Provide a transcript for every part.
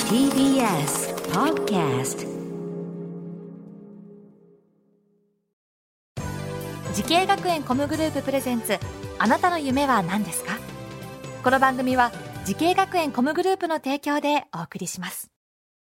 TBS Podcast。 時系学園コムグループプレゼンツ、あなたの夢は何ですか？この番組は時系学園コムグループの提供でお送りします。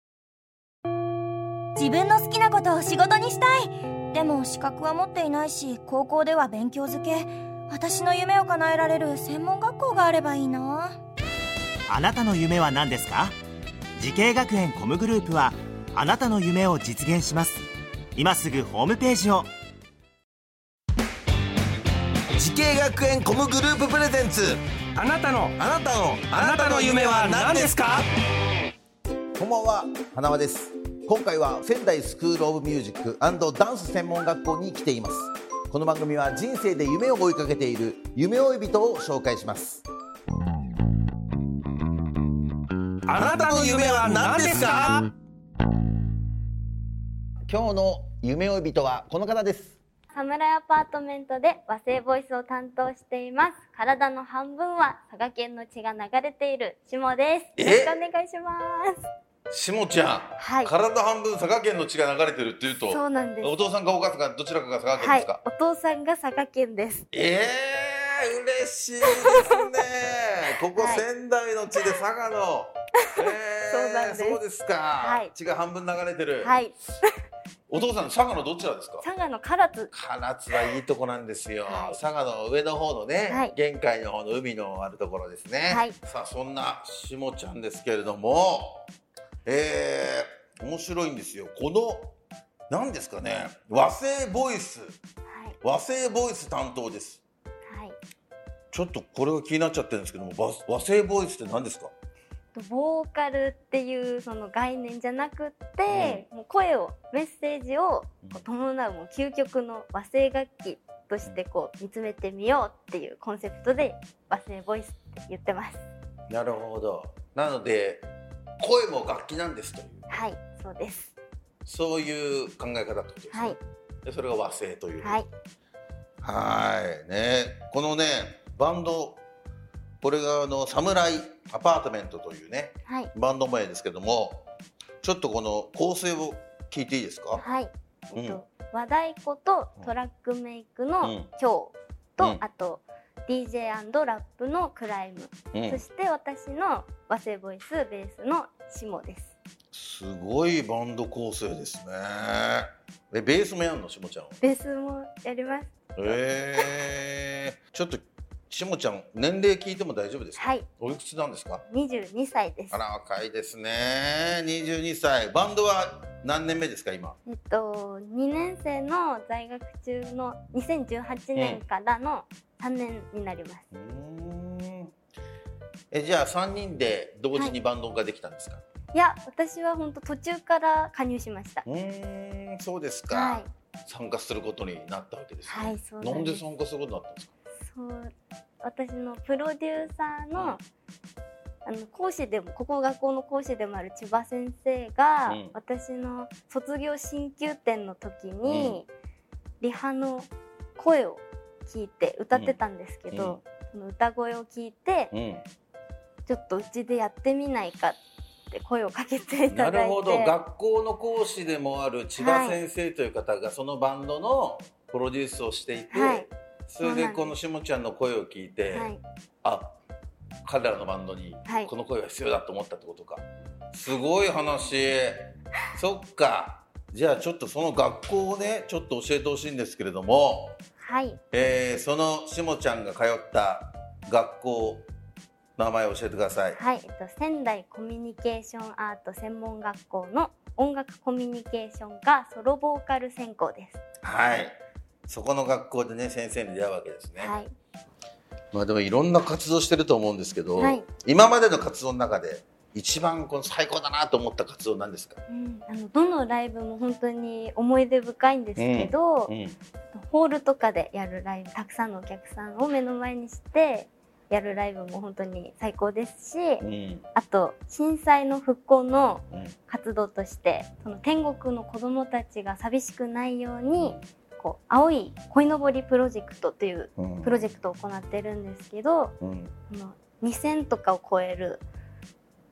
自分の好きなことを仕事にしたい。でも資格は持っていないし、高校では勉強づけ。私の夢を叶えられる専門学校があればいいな。 あなたの夢は何ですか？時系学園コムグループはあなたの夢を実現します。今すぐホームページを。 時系学園コムグループプレゼンツ、 あなたの夢は何ですか？ こんばんは、花輪です。今回は仙台スクールオブミュージック&ダンス専門学校に来ています。この番組は人生で夢を追いかけている夢追い人を紹介します。 あなたの夢は何ですか？ 今日の夢追い人はこの方です。 サムライアパートメントで和製ボイスを担当しています。体の半分は佐賀県の血が流れている下です。よろしくお願いします。 下ちゃん、はい、体半分佐賀県の血が流れてるっていうと、 そうなんです。 お父さんかお母さんかどちらかが佐賀県ですか？ はい、お父さんが佐賀県です。 嬉しいですねここ仙台の地で佐賀の、 そうなんです。 そうですか、はい、血が半分流れてる。 はいお父さん、佐賀のどちらですか？ 佐賀の唐津。 唐津はいいとこなんですよ、はい、佐賀の上の方のね、はい、玄海の方の海のあるところですね、はい、さあそんな下ちゃんですけれども、面白いんですよ。この何ですかね、和製ボイス、はい、和製ボイス担当です、はい、ちょっとこれが気になっちゃってるんですけども、和製ボイスって何ですか？ ボーカルっていうその概念じゃなくって、もう声をメッセージを伴うもう究極の和製楽器としてこう見つめてみようっていうコンセプトで和製ボイスって言ってます。 なるほど。なので声も楽器なんですという。はい、 そうです。 そういう考え方ってことですね。はい、でそれが和製という。はい。はいね。このねバンド、これがサムライアパートメントというね、はい、バンド名ですけども、ちょっとこの構成を聞いていいですか？はい。 和太鼓とトラックメイクの今日と、あと DJ& ラップのクライム、そして私の和製ボイスベースの下です。 すごいバンド構成ですね。ベースもやんの？下ちゃんはベースもやります。 ちょっと下ちゃん年齢聞いても大丈夫ですか？はい。おいくつなんですか ？22歳です。 あら若いですね。22歳。バンドは何年目ですか今 ？2年生の在学中の2018年からの3年になります。 じゃあ3人で同時にバンドができたんですか？はい、 いや、私は本当途中から加入しました。 そうですか、はい、参加することになったわけですね。はい、そうなんです。なんで参加することになったんですか？ そう、私のプロデューサーの、講師でも、ここ学校の講師でもある千葉先生が、私の卒業進級展の時に、リハの声を聞いて歌ってたんですけど、その歌声を聞いて、ちょっとうちでやってみないかって声をかけていただいて。 なるほど。学校の講師でもある千葉先生という方がそのバンドのプロデュースをしていて、はい、それでこの下ちゃんの声を聞いて、はい、彼らのバンドにこの声が必要だと思ったってことか。すごい話。そっか。じゃあちょっとその学校をねちょっと教えてほしいんですけれども、はい、その下ちゃんが通った学校、名前を教えてください。 はい、仙台コミュニケーションアート専門学校の音楽コミュニケーション科ソロボーカル専攻です。 はい、そこの学校でね先生に出会うわけですね。はい。まあでもいろんな活動してると思うんですけど、はい、今までの活動の中で一番この最高だなと思った活動なんですか？ どのライブも本当に思い出深いんですけど、ホールとかでやるライブ、たくさんのお客さんを目の前にしてやるライブも本当に最高ですし、あと震災の復興の活動として、その天国の子どもたちが寂しくないようにこう青い鯉のぼりプロジェクトというプロジェクトを行ってるんですけど、2000とかを超える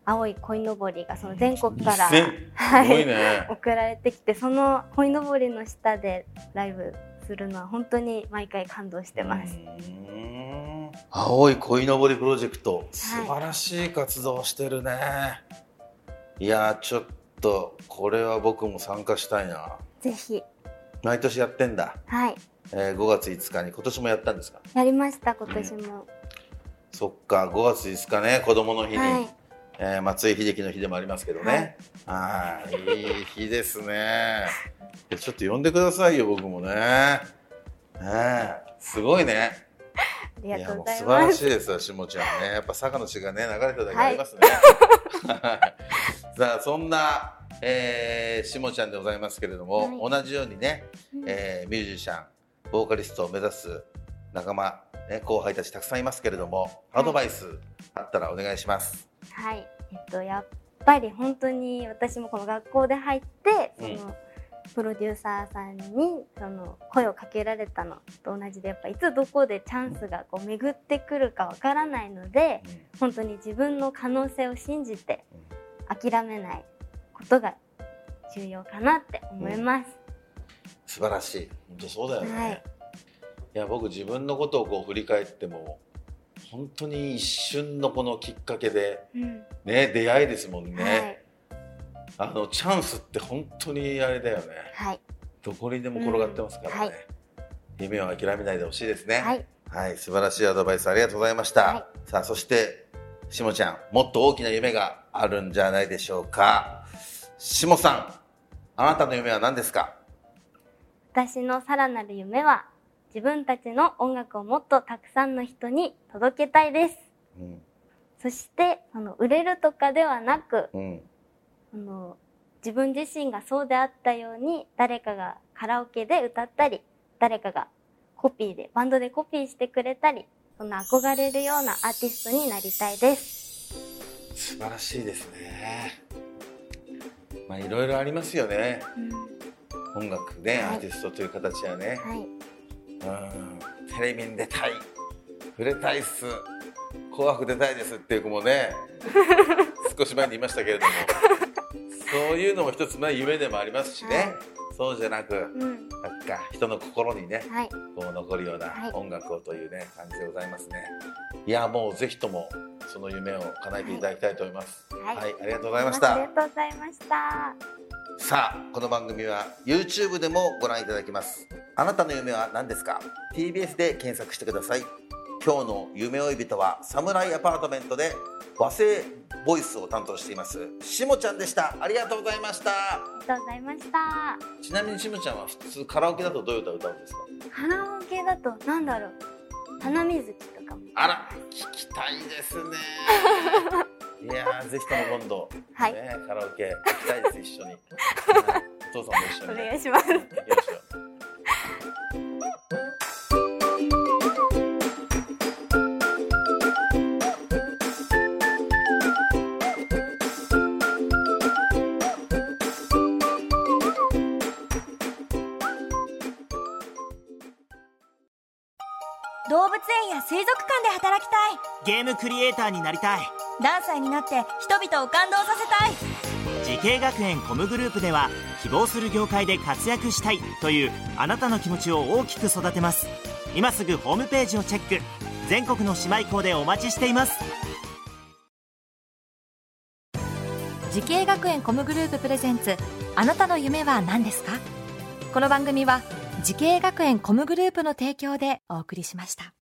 青い鯉のぼりがその全国から、 すごいね送られてきて、その鯉のぼりの下でライブするのは本当に毎回感動してます。 青い鯉のぼりプロジェクト、素晴らしい活動してるね。いやちょっとこれは僕も参加したいな。 ぜひ。 毎年やってんだ。 はい。 5月5日に今年もやったんですか？ やりました、今年も。 そっか、5月5日ね、子供の日に、松井秀喜の日でもありますけどね。いい日ですね。ちょっと呼んでくださいよ、僕もね。すごいね。 ありがとうございます。 素晴らしいですよ、しもちゃんね。やっぱ坂の血がね、流れただけありますね。さあ、そんな、しもちゃんでございますけれども、同じようにね、ミュージシャン、ボーカリストを目指す仲間、後輩たちたくさんいますけれども、アドバイスあったらお願いします。 はい、やっぱり本当に私もこの学校で入ってそのプロデューサーさんにその声をかけられたのと同じで、やっぱいつどこでチャンスがこう巡ってくるかわからないので、本当に自分の可能性を信じて諦めないことが重要かなって思います。 素晴らしい。本当そうだよね。いや、僕自分のことをこう振り返っても本当に一瞬のこのきっかけで、ね、出会いですもんね。チャンスって本当にあれだよね。どこにでも転がってますからね。夢を諦めないでほしいですね。はい、素晴らしいアドバイスありがとうございました。さあ、そしてしもちゃん、もっと大きな夢があるんじゃないでしょうか。しもさん、あなたの夢は何ですか？ 私のさらなる夢は、自分たちの音楽をもっとたくさんの人に届けたいです。そして売れるとかではなく、自分自身がそうであったように、誰かがカラオケで歌ったり、誰かがバンドでコピーしてくれたり、そんな憧れるようなアーティストになりたいです。 素晴らしいですね。まあいろいろありますよね。音楽ね、アーティストという形はね。テレビに出たい、売れたいっす、紅白出たいですっていう子もね少し前に言いましたけれども、そういうのも一つ夢でもありますしね。そうじゃなく、なんか人の心にね、こう残るような音楽をというね、感じでございますね。いや、もうぜひともその夢を叶えていただきたいと思います。ありがとうございました。 ありがとうございました。 さあ、この番組は YouTube でもご覧いただけます。あなたの夢は何ですか？ TBS で検索してください。今日の夢追い人はサムライアパートメントで和製ボイスを担当していますしもちゃんでした。ありがとうございました。 ありがとうございました。 ちなみにしもちゃんは普通カラオケだとどういう歌を歌うんですか？ カラオケだとなんだろう、花水木とかも。 あら、聞きたいですねいや、ぜひとも今度、カラオケ行きたいです、一緒にお父さんも一緒に、 お願いします。 行きましょう。 動物園や水族館で働きたい。 ゲームクリエイターになりたい。 何歳になって人々を感動させたい。 時系学園コムグループでは、希望する業界で活躍したいというあなたの気持ちを大きく育てます。今すぐホームページをチェック。全国の姉妹校でお待ちしています。 時系学園コムグループプレゼンツ、あなたの夢は何ですか？この番組は時系学園コムグループの提供でお送りしました。